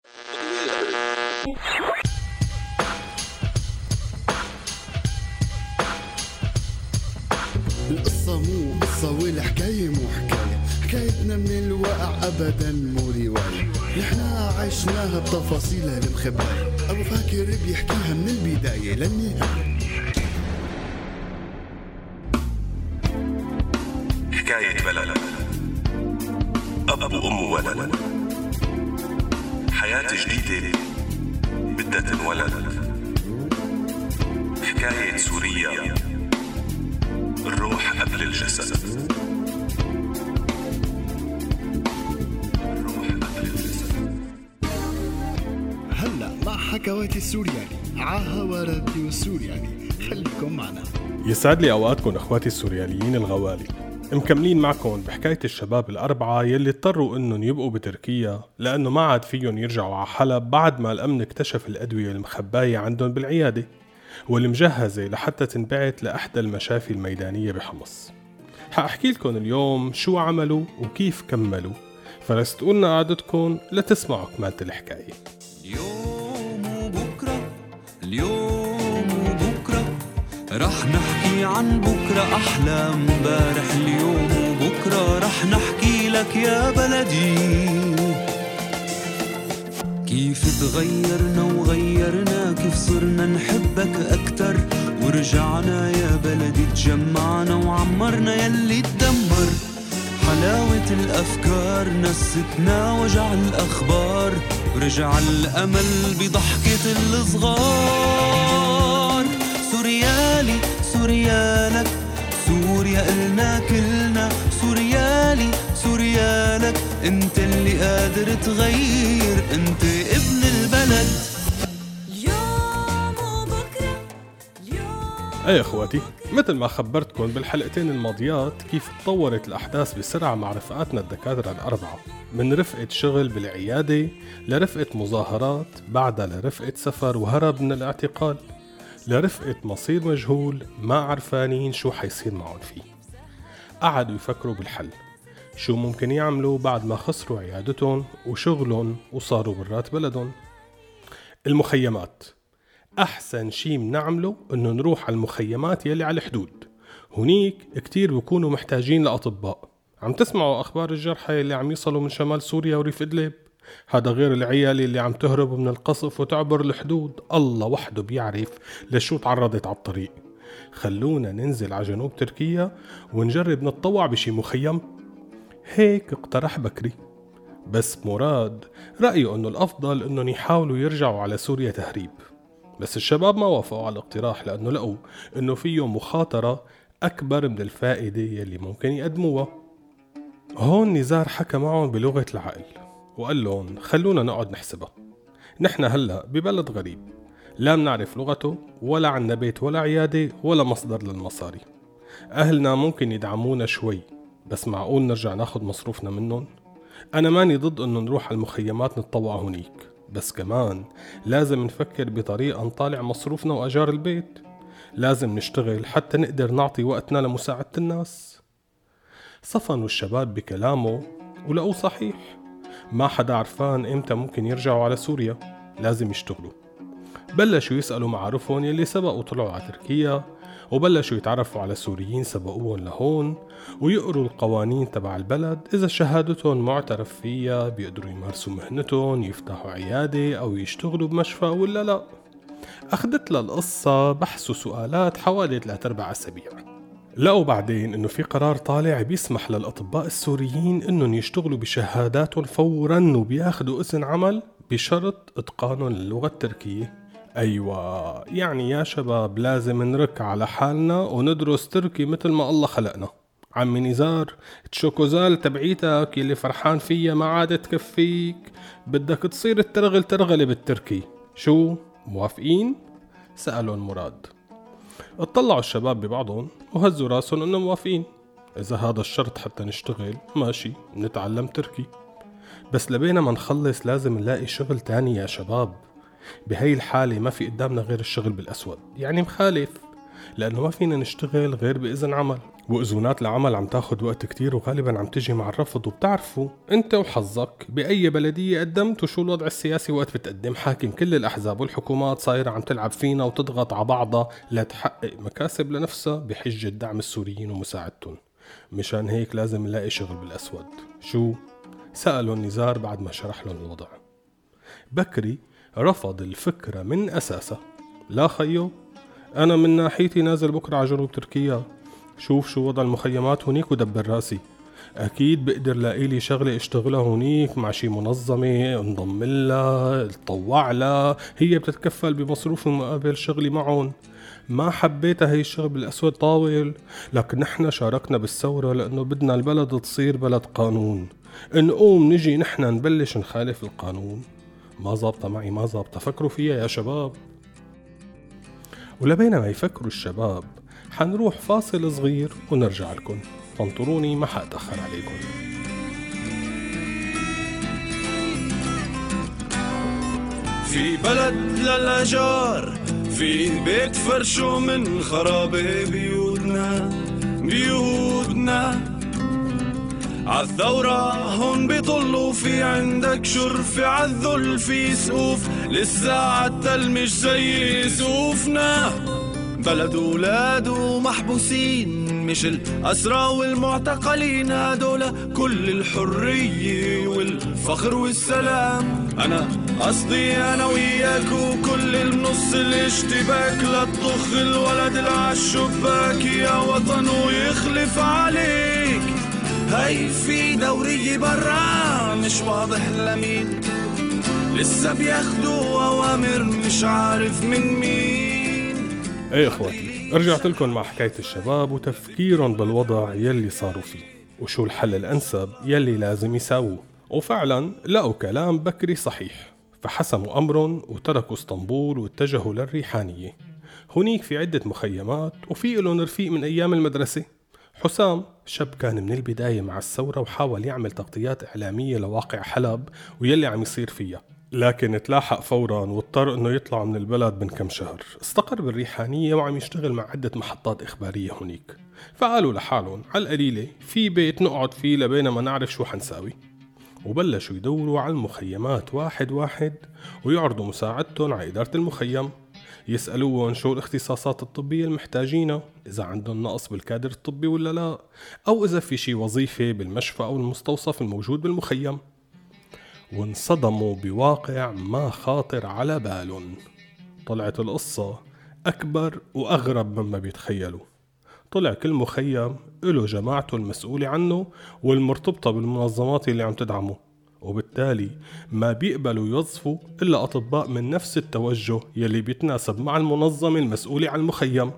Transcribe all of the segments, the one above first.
القصة مو قصة والحكاية مو حكاية، حكايتنا من الواقع أبدا مو رواية، نحنا عشناها بتفاصيلها المخباية، أبو فاكر بيحكيها من البداية للنهاية. حكاية بلد، أب وأم وولد، حياة جديدة بدها تنولد. حكاية سوريا، الروح قبل الجسد. هلا مع حكواتي السورياني عهوا راديو سورياني، خليكم معنا. يسعد لي أوقاتكم أخواتي السورياليين الغوالي. مكملين معكم بحكاية الشباب الأربعة يلي اضطروا إنهم يبقوا بتركيا لأنه ما عاد فيهم يرجعوا على حلب بعد ما الأمن اكتشف الأدوية المخباية عندهم بالعيادة والمجهزة لحتى تنبعت لأحدى المشافي الميدانية بحمص. حأحكي لكم اليوم شو عملوا وكيف كملوا، فرستقولنا قعدتكم لتسمعوا كمالة الحكاية. اليوم وبكرة، اليوم وبكرة رح نحكي عن بكرة أحلى مبارح. اليوم وبكرة رح نحكي لك يا بلدي كيف تغيرنا وغيرنا، كيف صرنا نحبك أكتر ورجعنا يا بلدي، تجمعنا وعمرنا يلي تدمر. حلاوة الأفكار نستنا وجع الأخبار، ورجع الأمل بضحكة الصغار. سوريالي سوريالك، سوريا إلنا كلنا، سوريالي سوريالك، انت اللي قادر تغير، انت ابن البلد. اليوم وبكرة، اليوم. أي أخواتي، مثل ما خبرتكم بالحلقتين الماضيات كيف تطورت الأحداث بسرعة مع رفقاتنا الدكاترة الأربعة، من رفقة شغل بالعيادة لرفقة مظاهرات، بعدها لرفقة سفر وهرب من الاعتقال، لرفقة مصير مجهول ما عرفانين شو حيصير معهم فيه. قعدوا يفكروا بالحل، شو ممكن يعملوا بعد ما خسروا عيادتهم وشغلهم وصاروا برات بلدهم. المخيمات أحسن شي منعمله إنه نروح على المخيمات يلي على الحدود، هنيك كتير بيكونوا محتاجين لأطباء. عم تسمعوا أخبار الجرحى اللي عم يصلوا من شمال سوريا وريف إدلب، هذا غير العيال اللي عم تهرب من القصف وتعبر الحدود، الله وحده بيعرف لشو تعرضت على الطريق. خلونا ننزل على جنوب تركيا ونجرب نتطوع بشي مخيم. هيك اقترح بكري، بس مراد رأيه انه الافضل انهم يحاولوا يرجعوا على سوريا تهريب، بس الشباب ما وافقوا على الاقتراح لانه لقوا انه فيه مخاطرة اكبر من الفائدة يلي ممكن يقدموها. هون نزار حكى معهم بلغة العقل وقال لهم خلونا نقعد نحسبها، نحن هلأ ببلد غريب لا منعرف لغته ولا عنا بيت ولا عيادة ولا مصدر للمصاري. أهلنا ممكن يدعمونا شوي، بس معقول نرجع ناخد مصروفنا منهم؟ أنا ماني ضد أنه نروح على المخيمات نتطوع هنيك، بس كمان لازم نفكر بطريقة نطالع مصروفنا وأجار البيت. لازم نشتغل حتى نقدر نعطي وقتنا لمساعدة الناس. صفنوا الشباب بكلامه ولقوا صحيح، ما حدا عرفان إمتى ممكن يرجعوا على سوريا، لازم يشتغلوا. بلشوا يسألوا معارفهم يلي سبقوا طلعوا على تركيا، وبلشوا يتعرفوا على سوريين سبقوهم لهون ويقروا القوانين تبع البلد. إذا شهادتهم معترف فيها بيقدروا يمارسوا مهنتهم، يفتحوا عيادة أو يشتغلوا بمشفى ولا لا. أخذت للقصة بحث وسؤالات حوالي 3-4 أسابيع. لقوا بعدين إنه في قرار طالع بيسمح للأطباء السوريين إنهم يشتغلوا بشهاداتهم فوراً وبياخدوا إذن عمل بشرط إتقانهم للغة التركية. أيوة، يعني يا شباب لازم نرك على حالنا وندرس تركي مثل ما الله خلقنا. عمي نزار، الشوكوزال تبعيتك يلي فرحان فيها ما عادت تكفيك، بدك تصير الترغل ترغلي بالتركي، شو موافقين؟ سألون مراد. اطلعوا الشباب ببعضهم وهزوا راسهم انه موافقين. اذا هذا الشرط حتى نشتغل ماشي، نتعلم تركي، بس لبينا ما نخلص لازم نلاقي شغل تاني يا شباب. بهاي الحالة ما في قدامنا غير الشغل بالأسود، يعني مخالف. لأنه ما فينا نشتغل غير بإذن عمل، وإذونات العمل عم تاخد وقت كتير وغالبا عم تجي مع الرفض. وبتعرفوا انت وحظك بأي بلدية قدمت وشو الوضع السياسي وقت بتقدم حاكم كل الأحزاب والحكومات صايرة عم تلعب فينا وتضغط على بعضها لتحقق مكاسب لنفسها بحجة دعم السوريين ومساعدتهم. مشان هيك لازم نلاقي شغل بالأسود. شو؟ سألوا النزار بعد ما شرح لهم الوضع. بكري رفض الفكرة من أساسها. لا خيو، أنا من ناحيتي نازل بكرة على جنوب تركيا، شوف شو وضع المخيمات هونيك ودبر راسي. أكيد بقدر لاقي لي شغلة اشتغلها هونيك مع شي منظمة انضم لها اتطوع لها، هي بتتكفل بمصروف المقابل شغلي معهم. ما حبيتها هي الشغل بالأسود طاول، لكن نحن شاركنا بالثورة لأنه بدنا البلد تصير بلد قانون. نقوم نجي نحن نبلش نخالف القانون؟ ما زابطة معي، ما زابطة، فكروا فيها يا شباب. ولبينا ما يفكروا الشباب حنروح فاصل صغير ونرجع لكم، فانطروني ما حأتأخر عليكم. في بلد للأجار، في بيت فرشو من خرابة بيوتنا عالثورة هون بيطلوا، في عندك شرف عالذل، في سقوف لسه عالتل مش زي سقوفنا. بلد ولاده محبوسين مش الأسرى والمعتقلين، هدول كل الحرية والفخر والسلام. أنا قصدي أنا وياك وكل النص الاشتباك، لا تطخ الولد العالشباك يا وطن ويخلف عليك. هاي في دورية برا مش واضح لمين، لسه بياخدوا أوامر مش عارف من مين. ايه اخواتي، رجعت لكم مع حكاية الشباب وتفكيرهم بالوضع يلي صاروا فيه وشو الحل الأنسب يلي لازم يساووه. وفعلا لقوا كلام بكري صحيح، فحسموا أمرهم وتركوا اسطنبول واتجهوا للريحانية. هنيك في عدة مخيمات وفي لهم رفيق من أيام المدرسة. حسام شاب كان من البداية مع الثورة وحاول يعمل تغطيات إعلامية لواقع حلب ويلي عم يصير فيها، لكن تلاحق فورا واضطر انه يطلع من البلد من كم شهر. استقر بالريحانية وعم يشتغل مع عدة محطات إخبارية هنيك. فقالوا لحالهم على القليلة في بيت نقعد فيه لبين ما نعرف شو حنساوي. وبلشوا يدوروا على المخيمات واحد واحد ويعرضوا مساعدتهم على إدارة المخيم، يسألوهم شو الاختصاصات الطبية المحتاجينها، إذا عندهم نقص بالكادر الطبي ولا لا، أو إذا في شي وظيفة بالمشفى أو المستوصف الموجود بالمخيم. وانصدموا بواقع ما خاطر على بالهم. طلعت القصة أكبر وأغرب مما بيتخيلوا. طلع كل مخيم له جماعته المسؤولة عنه والمرتبطة بالمنظمات اللي عم تدعمه، وبالتالي ما بيقبلوا يوظفوا إلا أطباء من نفس التوجه يلي بيتناسب مع المنظمة المسؤولة عن المخيم.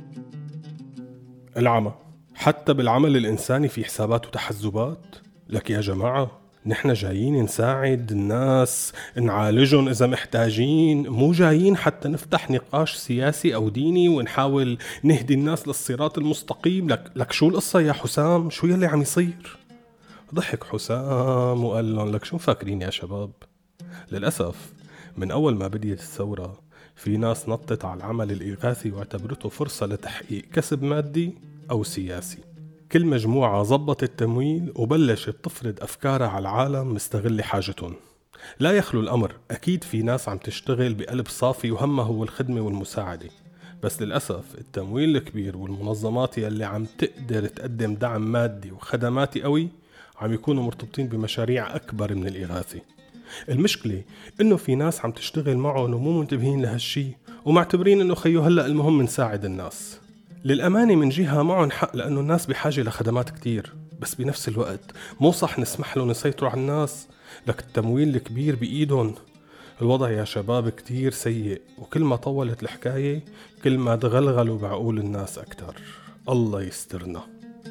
العمى حتى بالعمل الإنساني في حسابات وتحزبات. لك يا جماعة، نحن جايين نساعد الناس نعالجهم إذا محتاجين، مو جايين حتى نفتح نقاش سياسي أو ديني ونحاول نهدي الناس للصراط المستقيم. لك شو القصة يا حسام؟ شو يلي عم يصير؟ ضحك حسام وقال لهم لك شو فاكرين يا شباب؟ للأسف من أول ما بديت الثورة في ناس نطت على العمل الإغاثي واعتبرته فرصة لتحقيق كسب مادي أو سياسي. كل مجموعة ضبط التمويل وبلشت تفرض أفكارها على العالم مستغل حاجتهم. لا يخلو الأمر، أكيد في ناس عم تشتغل بقلب صافي وهمها هو الخدمة والمساعدة، بس للأسف التمويل الكبير والمنظمات اللي عم تقدر تقدم دعم مادي وخدماتي قوي عم يكونوا مرتبطين بمشاريع أكبر من الإغاثة. المشكلة إنه في ناس عم تشتغل معهم ومو منتبهين لهالشي ومعتبرين إنه خيو هلأ المهم نساعد الناس. للأمانة من جهة معهم حق، لأنه الناس بحاجة لخدمات كتير، بس بنفس الوقت مو صح نسمح لهم يسيطروا على الناس. لك التمويل الكبير بإيدهم. الوضع يا شباب كتير سيء، وكل ما طولت الحكاية كل ما تغلغلوا بعقول الناس أكتر. الله يسترنا.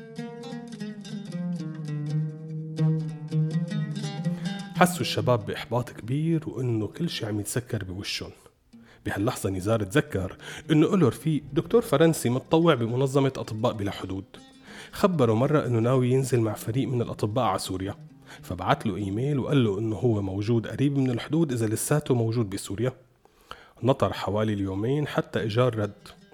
حسوا الشباب بإحباط كبير وإنه كل شيء عم يتسكر بوشهم. بهاللحظة نزار تذكر إنه له رفيق دكتور فرنسي متطوع بمنظمة أطباء بلا حدود. خبره مرة إنه ناوي ينزل مع فريق من الأطباء على سوريا، فبعت له إيميل وقال له إنه هو موجود قريب من الحدود إذا لساته موجود بسوريا. نطر حوالي اليومين حتى إجار رد،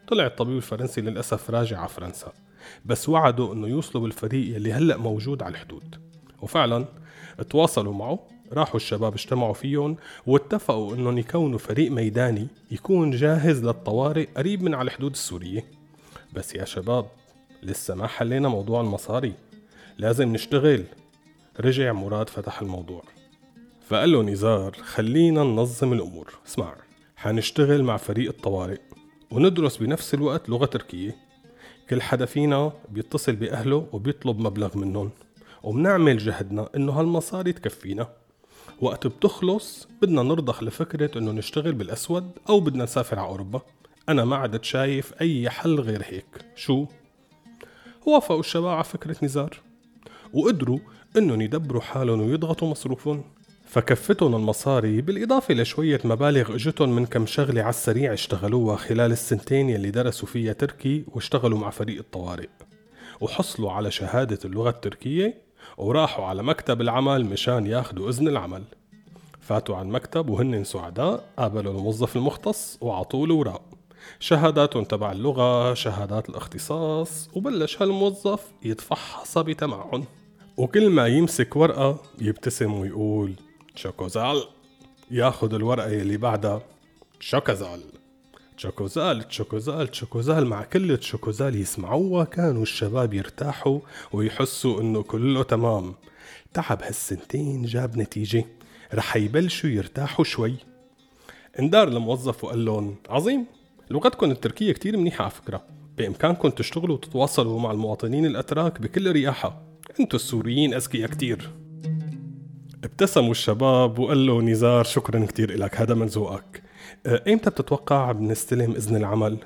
طلع الطبيب الفرنسي للأسف راجع على فرنسا، بس وعدوا انه يوصلوا بالفريق اللي هلأ موجود على الحدود. وفعلا تواصلوا معه، راحوا الشباب اجتمعوا فيهم واتفقوا انهم يكونوا فريق ميداني يكون جاهز للطوارئ قريب من على الحدود السورية. بس يا شباب لسه ما حلينا موضوع المصاري، لازم نشتغل. رجع مراد فتح الموضوع، فقال له نزار خلينا ننظم الأمور. اسمع، حنشتغل مع فريق الطوارئ وندرس بنفس الوقت لغة تركية. كل حدا فينا بيتصل بأهله وبيطلب مبلغ منهم، وبنعمل جهدنا إنه هالمصاري تكفينا. وقت بتخلص بدنا نرضخ لفكرة إنه نشتغل بالأسود أو بدنا نسافر على أوروبا. أنا ما عدت شايف أي حل غير هيك. شو؟ وافقوا الشباب على فكرة نزار، وقدروا إنهم يدبروا حالهم ويضغطوا مصروفهم. فكفتهم المصاري بالإضافة لشوية مبالغ اجتهم من كم شغلة على السريع اشتغلوها خلال السنتين يلي درسوا فيها تركي واشتغلوا مع فريق الطوارئ، وحصلوا على شهادة اللغة التركية وراحوا على مكتب العمل مشان ياخدوا إذن العمل. فاتوا عن مكتب وهن سعداء، قابلوا الموظف المختص وعطوه الأوراق، شهاداتهم تبع اللغة، شهادات الاختصاص، وبلش هالموظف يتفحص بتمعن. وكل ما يمسك ورقة يبتسم ويقول تشوكوزال، ياخد الورقة يلي بعدها تشوكوزال تشوكوزال تشوكوزال تشوكوزال. مع كل تشوكوزال يسمعوها كانوا الشباب يرتاحوا ويحسوا انه كله تمام. تعب هالسنتين جاب نتيجة، رح يبلشوا يرتاحوا شوي. اندار الموظف وقال لهم عظيم، لغتكم التركية كتير منيحة على فكرة، بإمكانكم تشتغلوا وتتواصلوا مع المواطنين الأتراك بكل رياحة، انتو السوريين أذكياء كتير. ابتسموا الشباب وقال له نزار شكرا كتير إلك، هذا من ذوقك. ايمتى بتتوقع بنستلم إذن العمل؟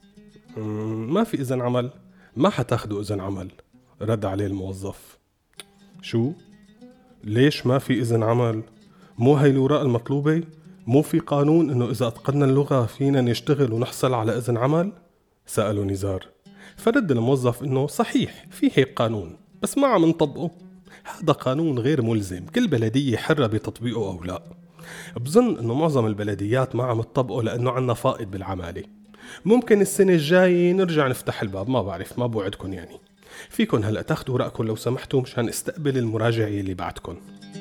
ما في إذن عمل، ما حتاخدوا إذن عمل، رد عليه الموظف. شو؟ ليش ما في إذن عمل؟ مو هاي الأوراق المطلوبة؟ مو في قانون إنه إذا أتقنا اللغة فينا نشتغل ونحصل على إذن عمل؟ سألوا نزار. فرد الموظف إنه صحيح في هيك قانون بس ما عم نطبقه، هذا قانون غير ملزم، كل بلدية حرة بتطبيقه أو لا. بظن إنه معظم البلديات ما عم تطبقه لأنه عنا فائض بالعمالة. ممكن السنة الجاية نرجع نفتح الباب، ما بعرف، ما بوعدكم يعني. فيكن هلأ تاخدوا رأيكم لو سمحتوا مشان استقبل المراجعة اللي بعدكم.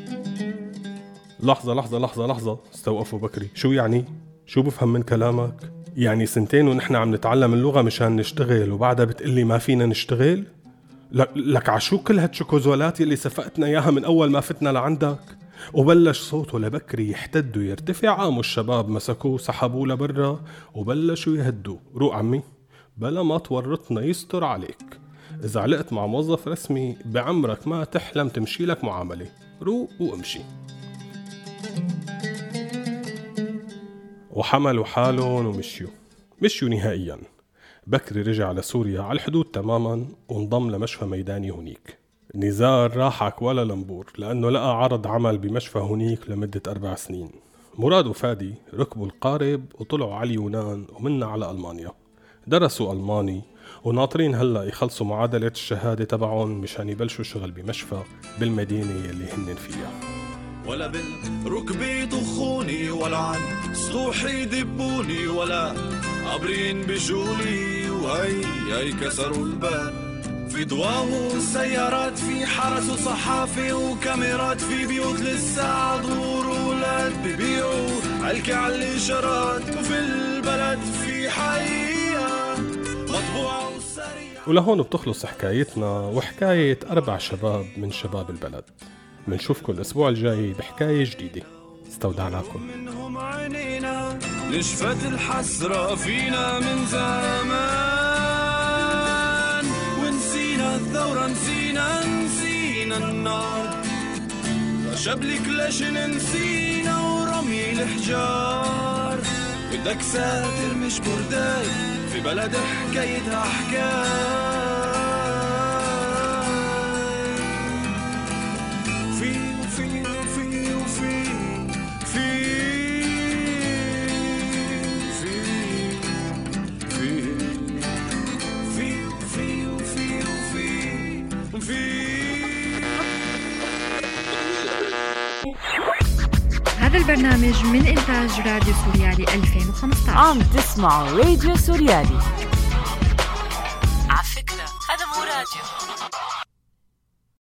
لحظة لحظة لحظة لحظة، استوقفوا بكري. شو يعني؟ شو بفهم من كلامك؟ يعني سنتين ونحن عم نتعلم اللغة مشان نشتغل وبعدها بتقلي ما فينا نشتغل؟ لك عشو كل هالشوكوزولات اللي سفقتنا اياها من اول ما فتنا لعندك؟ وبلش صوته لبكري يحتد ويرتفع. قاموا الشباب مسكوه سحبوه لبرا وبلشوا يهدوه. روق عمي بلا ما تورطنا يستر عليك، اذا علقت مع موظف رسمي بعمرك ما تحلم تمشي لك معاملة، روق وامشي. وحملوا حالهم ومشيوا نهائيا. بكري رجع لسوريا على الحدود تماما وانضم لمشفى ميداني هونيك. نزار راحك ولا لمبور لأنه لقى عرض عمل بمشفى هونيك لمدة 4 سنين. مراد وفادي ركبوا القارب وطلعوا على اليونان ومنا على ألمانيا، درسوا ألماني وناطرين هلأ يخلصوا معادلة الشهادة تبعهم مشان يبلشوا شغل بمشفى بالمدينة اللي هنن فيها. ولا بالركب يطخوني ولا عن سطوحي يدبوني ولا عبرين بجولي وهي كسروا الباب. في ضواه سيارات، في حرس وصحافة وكاميرات، في بيوت لسه دور ولاد ببيعوا علكة على الإشارات، وفي البلد في حقيقة مطبوعة وسريعة. ولهون بتخلص حكايتنا وحكاية 4 شباب من شباب البلد. منشوفكم الأسبوع الجاي بحكاية جديدة. استودعناكم. منهم عينينا نشفت الحسرة فينا من زمان، ونسينا الثورة نسينا النار، شبلك ليش نسينا ورمي الحجار. بدك ساتر مش برداد في بلد حكايتها حكاية. هذا البرنامج من إنتاج راديو سوريالي 2015. عم تسمعوا راديو سوريالي. على فكرة هذا مو راديو.